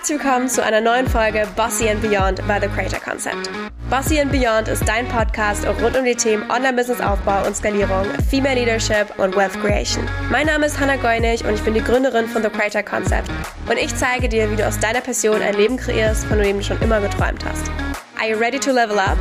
Herzlich willkommen zu einer neuen Folge Bossy and Beyond by The Creator Concept. Bossy and Beyond ist dein Podcast rund um die Themen Online-Business-Aufbau und Skalierung, Female Leadership und Wealth Creation. Mein Name ist Hannah Goinig und ich bin die Gründerin von The Creator Concept. Und ich zeige dir, wie du aus deiner Passion ein Leben kreierst, von dem du schon immer geträumt hast. Are you ready to level up?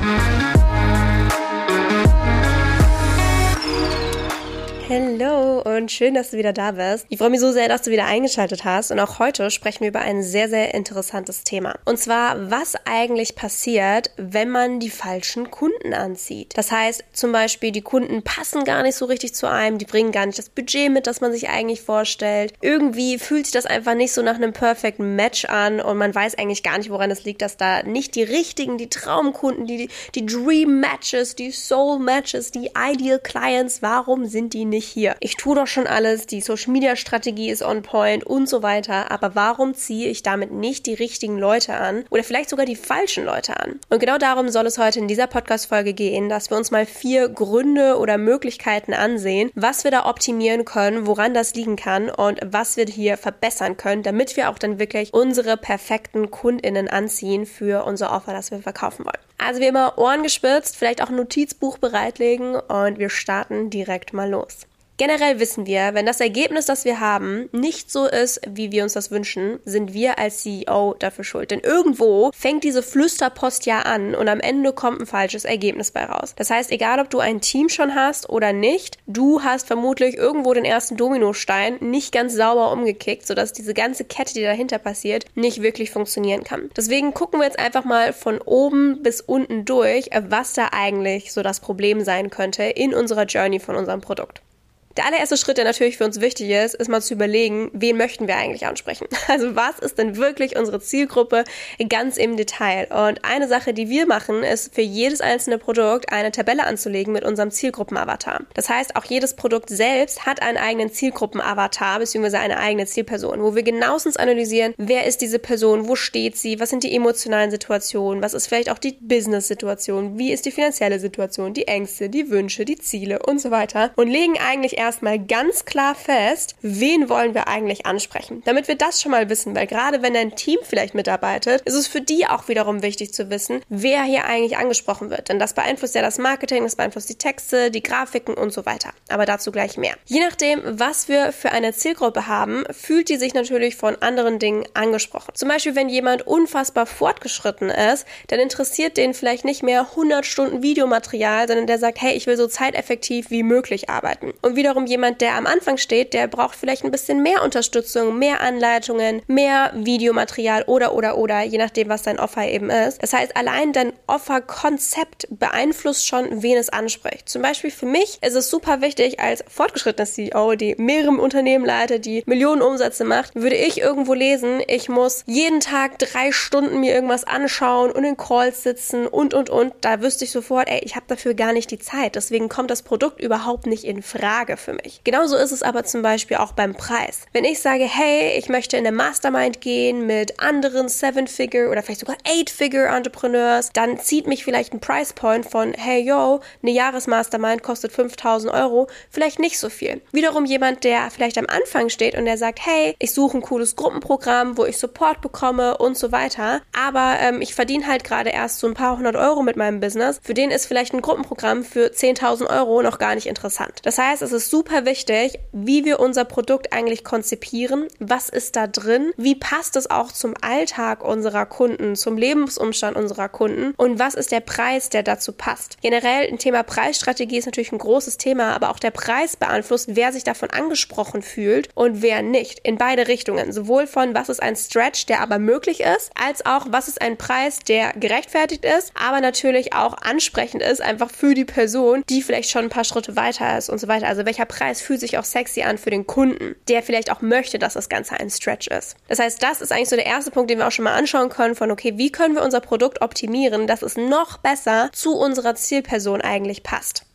Hallo und schön, dass du wieder da bist. Ich freue mich so sehr, dass du wieder eingeschaltet hast und auch heute sprechen wir über ein sehr, sehr interessantes Thema. Und zwar, was eigentlich passiert, wenn man die falschen Kunden anzieht. Das heißt, zum Beispiel, die Kunden passen gar nicht so richtig zu einem, die bringen gar nicht das Budget mit, das man sich eigentlich vorstellt. Irgendwie fühlt sich das einfach nicht so nach einem Perfect Match an und man weiß eigentlich gar nicht, woran es liegt, dass da nicht die richtigen, die Traumkunden, die Dream Matches, die Soul Matches, die Ideal Clients, warum sind die nicht hier? Ich tue doch schon alles, die Social Media Strategie ist on point und so weiter, aber warum ziehe ich damit nicht die richtigen Leute an oder vielleicht sogar die falschen Leute an? Und genau darum soll es heute in dieser Podcast-Folge gehen, dass wir uns mal 4 Gründe oder Möglichkeiten ansehen, was wir da optimieren können, woran das liegen kann und was wir hier verbessern können, damit wir auch dann wirklich unsere perfekten KundInnen anziehen für unser Offer, das wir verkaufen wollen. Also wie immer Ohren gespitzt, vielleicht auch ein Notizbuch bereitlegen und wir starten direkt mal los. Generell wissen wir, wenn das Ergebnis, das wir haben, nicht so ist, wie wir uns das wünschen, sind wir als CEO dafür schuld. Denn irgendwo fängt diese Flüsterpost ja an und am Ende kommt ein falsches Ergebnis bei raus. Das heißt, egal ob du ein Team schon hast oder nicht, du hast vermutlich irgendwo den ersten Dominostein nicht ganz sauber umgekickt, sodass diese ganze Kette, die dahinter passiert, nicht wirklich funktionieren kann. Deswegen gucken wir jetzt einfach mal von oben bis unten durch, was da eigentlich so das Problem sein könnte in unserer Journey von unserem Produkt. Der allererste Schritt, der natürlich für uns wichtig ist mal zu überlegen, wen möchten wir eigentlich ansprechen? Also was ist denn wirklich unsere Zielgruppe ganz im Detail? Und eine Sache, die wir machen, ist für jedes einzelne Produkt eine Tabelle anzulegen mit unserem Zielgruppenavatar. Das heißt, auch jedes Produkt selbst hat einen eigenen Zielgruppenavatar bzw. eine eigene Zielperson, wo wir genauestens analysieren, wer ist diese Person, wo steht sie, was sind die emotionalen Situationen, was ist vielleicht auch die Business-Situation, wie ist die finanzielle Situation, die Ängste, die Wünsche, die Ziele und so weiter und legen eigentlich erstmal ganz klar fest, wen wollen wir eigentlich ansprechen. Damit wir das schon mal wissen, weil gerade wenn ein Team vielleicht mitarbeitet, ist es für die auch wiederum wichtig zu wissen, wer hier eigentlich angesprochen wird. Denn das beeinflusst ja das Marketing, das beeinflusst die Texte, die Grafiken und so weiter. Aber dazu gleich mehr. Je nachdem, was wir für eine Zielgruppe haben, fühlt die sich natürlich von anderen Dingen angesprochen. Zum Beispiel, wenn jemand unfassbar fortgeschritten ist, dann interessiert den vielleicht nicht mehr 100 Stunden Videomaterial, sondern der sagt, hey, ich will so zeiteffektiv wie möglich arbeiten. Und wiederum jemand, der am Anfang steht, der braucht vielleicht ein bisschen mehr Unterstützung, mehr Anleitungen, mehr Videomaterial oder, je nachdem, was dein Offer eben ist. Das heißt, allein dein Offerkonzept beeinflusst schon, wen es anspricht. Zum Beispiel für mich ist es super wichtig, als fortgeschrittener CEO, die mehrere Unternehmen leitet, die Millionen Umsätze macht, würde ich irgendwo lesen, ich muss jeden Tag 3 Stunden mir irgendwas anschauen und in Calls sitzen und. Da wüsste ich sofort, ich habe dafür gar nicht die Zeit. Deswegen kommt das Produkt überhaupt nicht in Frage für mich. Genauso ist es aber zum Beispiel auch beim Preis. Wenn ich sage, hey, ich möchte in eine Mastermind gehen mit anderen 7-Figure oder vielleicht sogar 8-Figure Entrepreneurs, dann zieht mich vielleicht ein Price Point von, hey, yo, eine Jahresmastermind kostet 5.000 Euro, vielleicht nicht so viel. Wiederum jemand, der vielleicht am Anfang steht und der sagt, hey, ich suche ein cooles Gruppenprogramm, wo ich Support bekomme und so weiter, aber ich verdiene halt gerade erst so ein paar 100 Euro mit meinem Business, für den ist vielleicht ein Gruppenprogramm für 10.000 Euro noch gar nicht interessant. Das heißt, es ist super wichtig, wie wir unser Produkt eigentlich konzipieren, was ist da drin, wie passt es auch zum Alltag unserer Kunden, zum Lebensumstand unserer Kunden und was ist der Preis, der dazu passt. Generell ein Thema Preisstrategie ist natürlich ein großes Thema, aber auch der Preis beeinflusst, wer sich davon angesprochen fühlt und wer nicht, in beide Richtungen. Sowohl von, was ist ein Stretch, der aber möglich ist, als auch, was ist ein Preis, der gerechtfertigt ist, aber natürlich auch ansprechend ist, einfach für die Person, die vielleicht schon ein paar Schritte weiter ist und so weiter. Also welcher Preis fühlt sich auch sexy an für den Kunden, der vielleicht auch möchte, dass das Ganze ein Stretch ist. Das heißt, das ist eigentlich so der erste Punkt, den wir auch schon mal anschauen können von, okay, wie können wir unser Produkt optimieren, dass es noch besser zu unserer Zielperson eigentlich passt.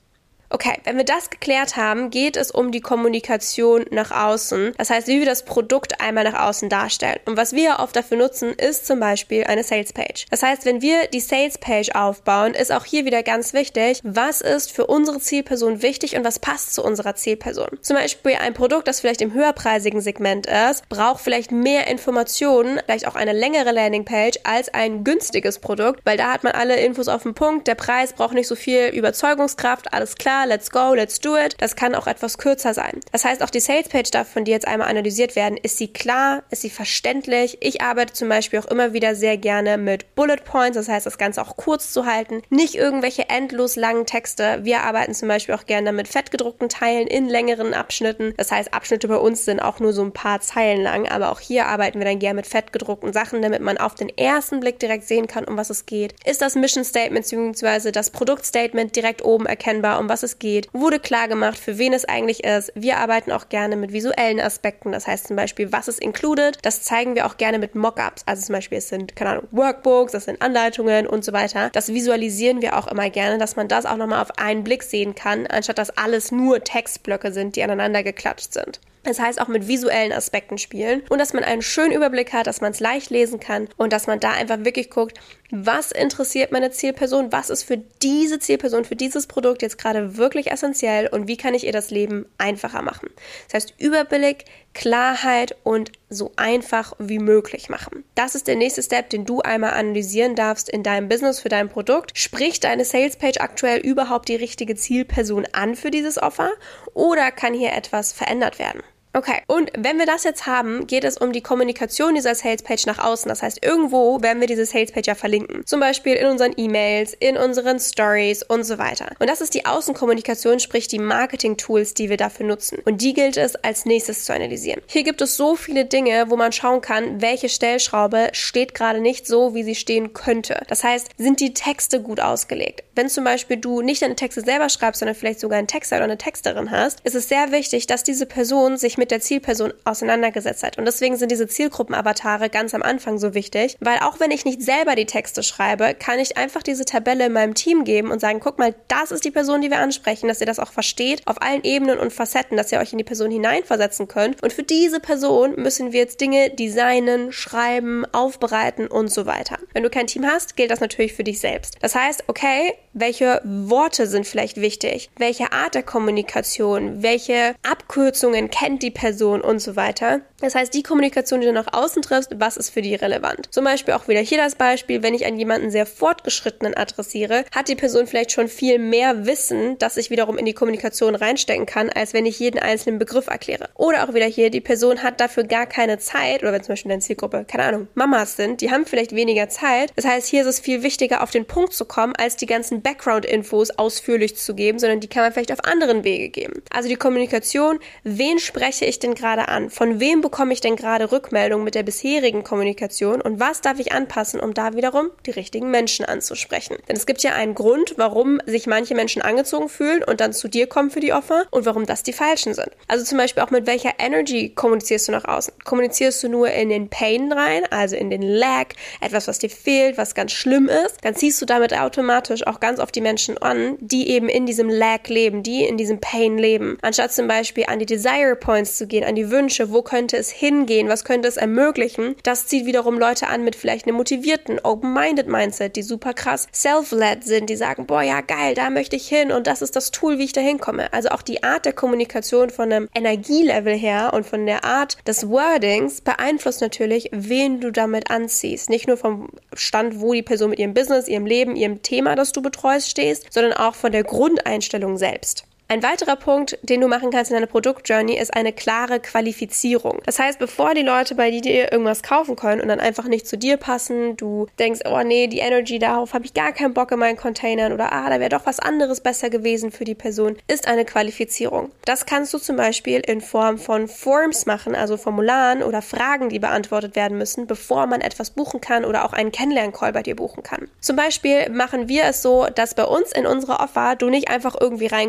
Okay, wenn wir das geklärt haben, geht es um die Kommunikation nach außen. Das heißt, wie wir das Produkt einmal nach außen darstellen. Und was wir oft dafür nutzen, ist zum Beispiel eine Salespage. Das heißt, wenn wir die Salespage aufbauen, ist auch hier wieder ganz wichtig, was ist für unsere Zielperson wichtig und was passt zu unserer Zielperson. Zum Beispiel ein Produkt, das vielleicht im höherpreisigen Segment ist, braucht vielleicht mehr Informationen, vielleicht auch eine längere Landingpage als ein günstiges Produkt, weil da hat man alle Infos auf den Punkt, der Preis braucht nicht so viel Überzeugungskraft, alles klar, let's go, let's do it. Das kann auch etwas kürzer sein. Das heißt, auch die Salespage darf von dir jetzt einmal analysiert werden. Ist sie klar? Ist sie verständlich? Ich arbeite zum Beispiel auch immer wieder sehr gerne mit Bullet Points, das heißt, das Ganze auch kurz zu halten. Nicht irgendwelche endlos langen Texte. Wir arbeiten zum Beispiel auch gerne mit fettgedruckten Teilen in längeren Abschnitten. Das heißt, Abschnitte bei uns sind auch nur so ein paar Zeilen lang, aber auch hier arbeiten wir dann gerne mit fettgedruckten Sachen, damit man auf den ersten Blick direkt sehen kann, um was es geht. Ist das Mission Statement bzw. das Produktstatement direkt oben erkennbar, um was es geht? Wurde klar gemacht, für wen es eigentlich ist. Wir arbeiten auch gerne mit visuellen Aspekten, das heißt zum Beispiel, was ist included. Das zeigen wir auch gerne mit Mockups. Also zum Beispiel, es sind, keine Ahnung, Workbooks, das sind Anleitungen und so weiter. Das visualisieren wir auch immer gerne, dass man das auch nochmal auf einen Blick sehen kann, anstatt dass alles nur Textblöcke sind, die aneinander geklatscht sind. Das heißt, auch mit visuellen Aspekten spielen und dass man einen schönen Überblick hat, dass man es leicht lesen kann und dass man da einfach wirklich guckt, was interessiert meine Zielperson, was ist für diese Zielperson, für dieses Produkt jetzt gerade wirklich essentiell und wie kann ich ihr das Leben einfacher machen. Das heißt, Überblick, Klarheit und so einfach wie möglich machen. Das ist der nächste Step, den du einmal analysieren darfst in deinem Business für dein Produkt. Spricht deine Salespage aktuell überhaupt die richtige Zielperson an für dieses Offer oder kann hier etwas verändert werden? Okay, und wenn wir das jetzt haben, geht es um die Kommunikation dieser Salespage nach außen. Das heißt, irgendwo werden wir diese Salespage ja verlinken. Zum Beispiel in unseren E-Mails, in unseren Stories und so weiter. Und das ist die Außenkommunikation, sprich die Marketing-Tools, die wir dafür nutzen. Und die gilt es als nächstes zu analysieren. Hier gibt es so viele Dinge, wo man schauen kann, welche Stellschraube steht gerade nicht so, wie sie stehen könnte. Das heißt, sind die Texte gut ausgelegt? Wenn zum Beispiel du nicht deine Texte selber schreibst, sondern vielleicht sogar einen Texter oder eine Texterin hast, ist es sehr wichtig, dass diese Person sich mit der Zielperson auseinandergesetzt hat. Und deswegen sind diese Zielgruppenavatare ganz am Anfang so wichtig, weil auch wenn ich nicht selber die Texte schreibe, kann ich einfach diese Tabelle in meinem Team geben und sagen, guck mal, das ist die Person, die wir ansprechen, dass ihr das auch versteht, auf allen Ebenen und Facetten, dass ihr euch in die Person hineinversetzen könnt. Und für diese Person müssen wir jetzt Dinge designen, schreiben, aufbereiten und so weiter. Wenn du kein Team hast, gilt das natürlich für dich selbst. Das heißt, okay, welche Worte sind vielleicht wichtig? Welche Art der Kommunikation? Welche Abkürzungen kennt die Person und so weiter? Das heißt, die Kommunikation, die du nach außen triffst, was ist für die relevant? Zum Beispiel auch wieder hier das Beispiel, wenn ich an jemanden sehr Fortgeschrittenen adressiere, hat die Person vielleicht schon viel mehr Wissen, das ich wiederum in die Kommunikation reinstecken kann, als wenn ich jeden einzelnen Begriff erkläre. Oder auch wieder hier, die Person hat dafür gar keine Zeit, oder wenn zum Beispiel in der Zielgruppe, keine Ahnung, Mamas sind, die haben vielleicht weniger Zeit. Das heißt, hier ist es viel wichtiger, auf den Punkt zu kommen, als die ganzen Background-Infos ausführlich zu geben, sondern die kann man vielleicht auf anderen Wege geben. Also die Kommunikation, wen spreche ich denn gerade an? Von wem bekomme ich denn gerade Rückmeldung mit der bisherigen Kommunikation und was darf ich anpassen, um da wiederum die richtigen Menschen anzusprechen? Denn es gibt ja einen Grund, warum sich manche Menschen angezogen fühlen und dann zu dir kommen für die Offer und warum das die falschen sind. Also zum Beispiel auch mit welcher Energy kommunizierst du nach außen? Kommunizierst du nur in den Pain rein, also in den Lack, etwas, was dir fehlt, was ganz schlimm ist? Dann ziehst du damit automatisch auch ganz oft die Menschen an, die eben in diesem Lack leben, die in diesem Pain leben. Anstatt zum Beispiel an die Desire Points zu gehen, an die Wünsche, wo könnte es hingehen, was könnte es ermöglichen, das zieht wiederum Leute an mit vielleicht einem motivierten, open-minded Mindset, die super krass self-led sind, die sagen, boah, ja geil, da möchte ich hin und das ist das Tool, wie ich da hinkomme. Also auch die Art der Kommunikation von einem Energielevel her und von der Art des Wordings beeinflusst natürlich, wen du damit anziehst. Nicht nur vom Stand, wo die Person mit ihrem Business, ihrem Leben, ihrem Thema, das du betreust, stehst, sondern auch von der Grundeinstellung selbst. Ein weiterer Punkt, den du machen kannst in deiner Produktjourney, ist eine klare Qualifizierung. Das heißt, bevor die Leute bei dir irgendwas kaufen können und dann einfach nicht zu dir passen, du denkst, oh nee, die Energy, darauf habe ich gar keinen Bock in meinen Containern oder da wäre doch was anderes besser gewesen für die Person, ist eine Qualifizierung. Das kannst du zum Beispiel in Form von Forms machen, also Formularen oder Fragen, die beantwortet werden müssen, bevor man etwas buchen kann oder auch einen Kennenlern-Call bei dir buchen kann. Zum Beispiel machen wir es so, dass bei uns in unsere Offer du nicht einfach irgendwie reinkommst, sondern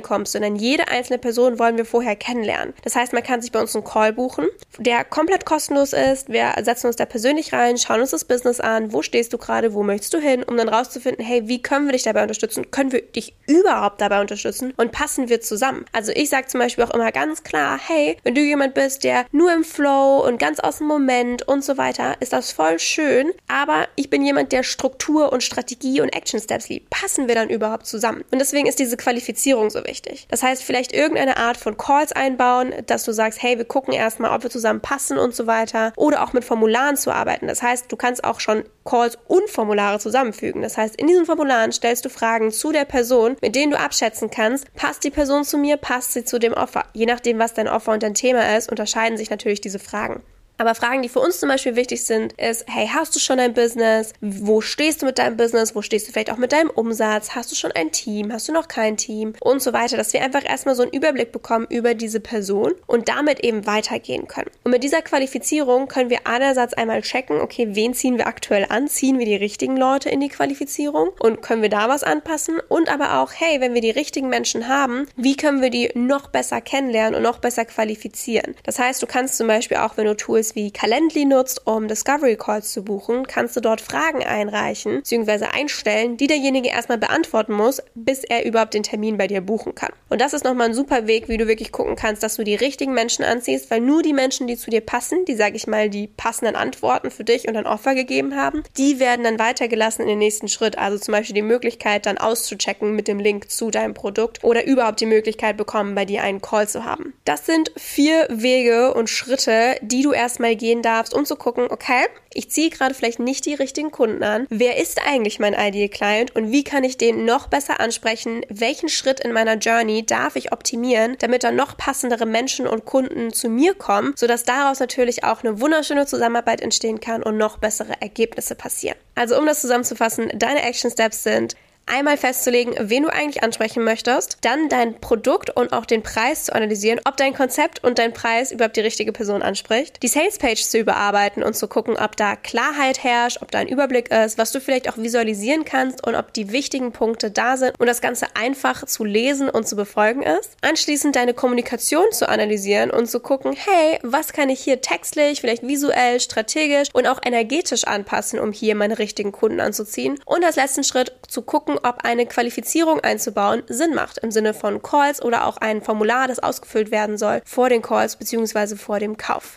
sondern jede einzelne Person wollen wir vorher kennenlernen. Das heißt, man kann sich bei uns einen Call buchen, der komplett kostenlos ist. Wir setzen uns da persönlich rein, schauen uns das Business an, wo stehst du gerade, wo möchtest du hin, um dann rauszufinden, hey, wie können wir dich dabei unterstützen? Können wir dich überhaupt dabei unterstützen und passen wir zusammen? Also ich sage zum Beispiel auch immer ganz klar, hey, wenn du jemand bist, der nur im Flow und ganz aus dem Moment und so weiter, ist das voll schön, aber ich bin jemand, der Struktur und Strategie und Action Steps liebt. Passen wir dann überhaupt zusammen? Und deswegen ist diese Qualifizierung so wichtig. Das heißt, vielleicht irgendeine Art von Calls einbauen, dass du sagst, hey, wir gucken erstmal, ob wir zusammen passen und so weiter, oder auch mit Formularen zu arbeiten. Das heißt, du kannst auch schon Calls und Formulare zusammenfügen. Das heißt, in diesen Formularen stellst du Fragen zu der Person, mit denen du abschätzen kannst, passt die Person zu mir, passt sie zu dem Offer. Je nachdem, was dein Offer und dein Thema ist, unterscheiden sich natürlich diese Fragen. Aber Fragen, die für uns zum Beispiel wichtig sind, ist, hey, hast du schon ein Business? Wo stehst du mit deinem Business? Wo stehst du vielleicht auch mit deinem Umsatz? Hast du schon ein Team? Hast du noch kein Team? Und so weiter, dass wir einfach erstmal so einen Überblick bekommen über diese Person und damit eben weitergehen können. Und mit dieser Qualifizierung können wir einerseits einmal checken, okay, wen ziehen wir aktuell an? Ziehen wir die richtigen Leute in die Qualifizierung? Und können wir da was anpassen? Und aber auch, hey, wenn wir die richtigen Menschen haben, wie können wir die noch besser kennenlernen und noch besser qualifizieren? Das heißt, du kannst zum Beispiel auch, wenn du Tools wie Calendly nutzt, um Discovery Calls zu buchen, kannst du dort Fragen einreichen bzw. einstellen, die derjenige erstmal beantworten muss, bis er überhaupt den Termin bei dir buchen kann. Und das ist nochmal ein super Weg, wie du wirklich gucken kannst, dass du die richtigen Menschen anziehst, weil nur die Menschen, die zu dir passen, die, sage ich mal, die passenden Antworten für dich und ein Offer gegeben haben, die werden dann weitergelassen in den nächsten Schritt. Also zum Beispiel die Möglichkeit, dann auszuchecken mit dem Link zu deinem Produkt oder überhaupt die Möglichkeit bekommen, bei dir einen Call zu haben. Das sind 4 Wege und Schritte, die du erstmal gehen darfst, um zu gucken, okay, ich ziehe gerade vielleicht nicht die richtigen Kunden an. Wer ist eigentlich mein Ideal Client und wie kann ich den noch besser ansprechen? Welchen Schritt in meiner Journey darf ich optimieren, damit dann noch passendere Menschen und Kunden zu mir kommen, sodass daraus natürlich auch eine wunderschöne Zusammenarbeit entstehen kann und noch bessere Ergebnisse passieren. Also um das zusammenzufassen, deine Action Steps sind: Einmal festzulegen, wen du eigentlich ansprechen möchtest, dann dein Produkt und auch den Preis zu analysieren, ob dein Konzept und dein Preis überhaupt die richtige Person anspricht, die Salespage zu überarbeiten und zu gucken, ob da Klarheit herrscht, ob da ein Überblick ist, was du vielleicht auch visualisieren kannst und ob die wichtigen Punkte da sind und das Ganze einfach zu lesen und zu befolgen ist. Anschließend deine Kommunikation zu analysieren und zu gucken, hey, was kann ich hier textlich, vielleicht visuell, strategisch und auch energetisch anpassen, um hier meine richtigen Kunden anzuziehen. Und als letzten Schritt zu gucken, ob eine Qualifizierung einzubauen Sinn macht, im Sinne von Calls oder auch ein Formular, das ausgefüllt werden soll vor den Calls bzw. vor dem Kauf.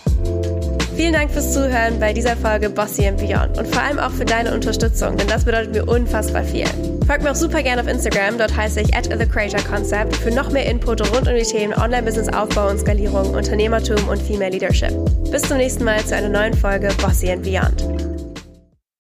Vielen Dank fürs Zuhören bei dieser Folge Bossy and Beyond und vor allem auch für deine Unterstützung, denn das bedeutet mir unfassbar viel. Folgt mir auch super gerne auf Instagram, dort heiße ich @thecreatorconcept für noch mehr Input rund um die Themen Online-Business-Aufbau und Skalierung, Unternehmertum und Female Leadership. Bis zum nächsten Mal zu einer neuen Folge Bossy and Beyond.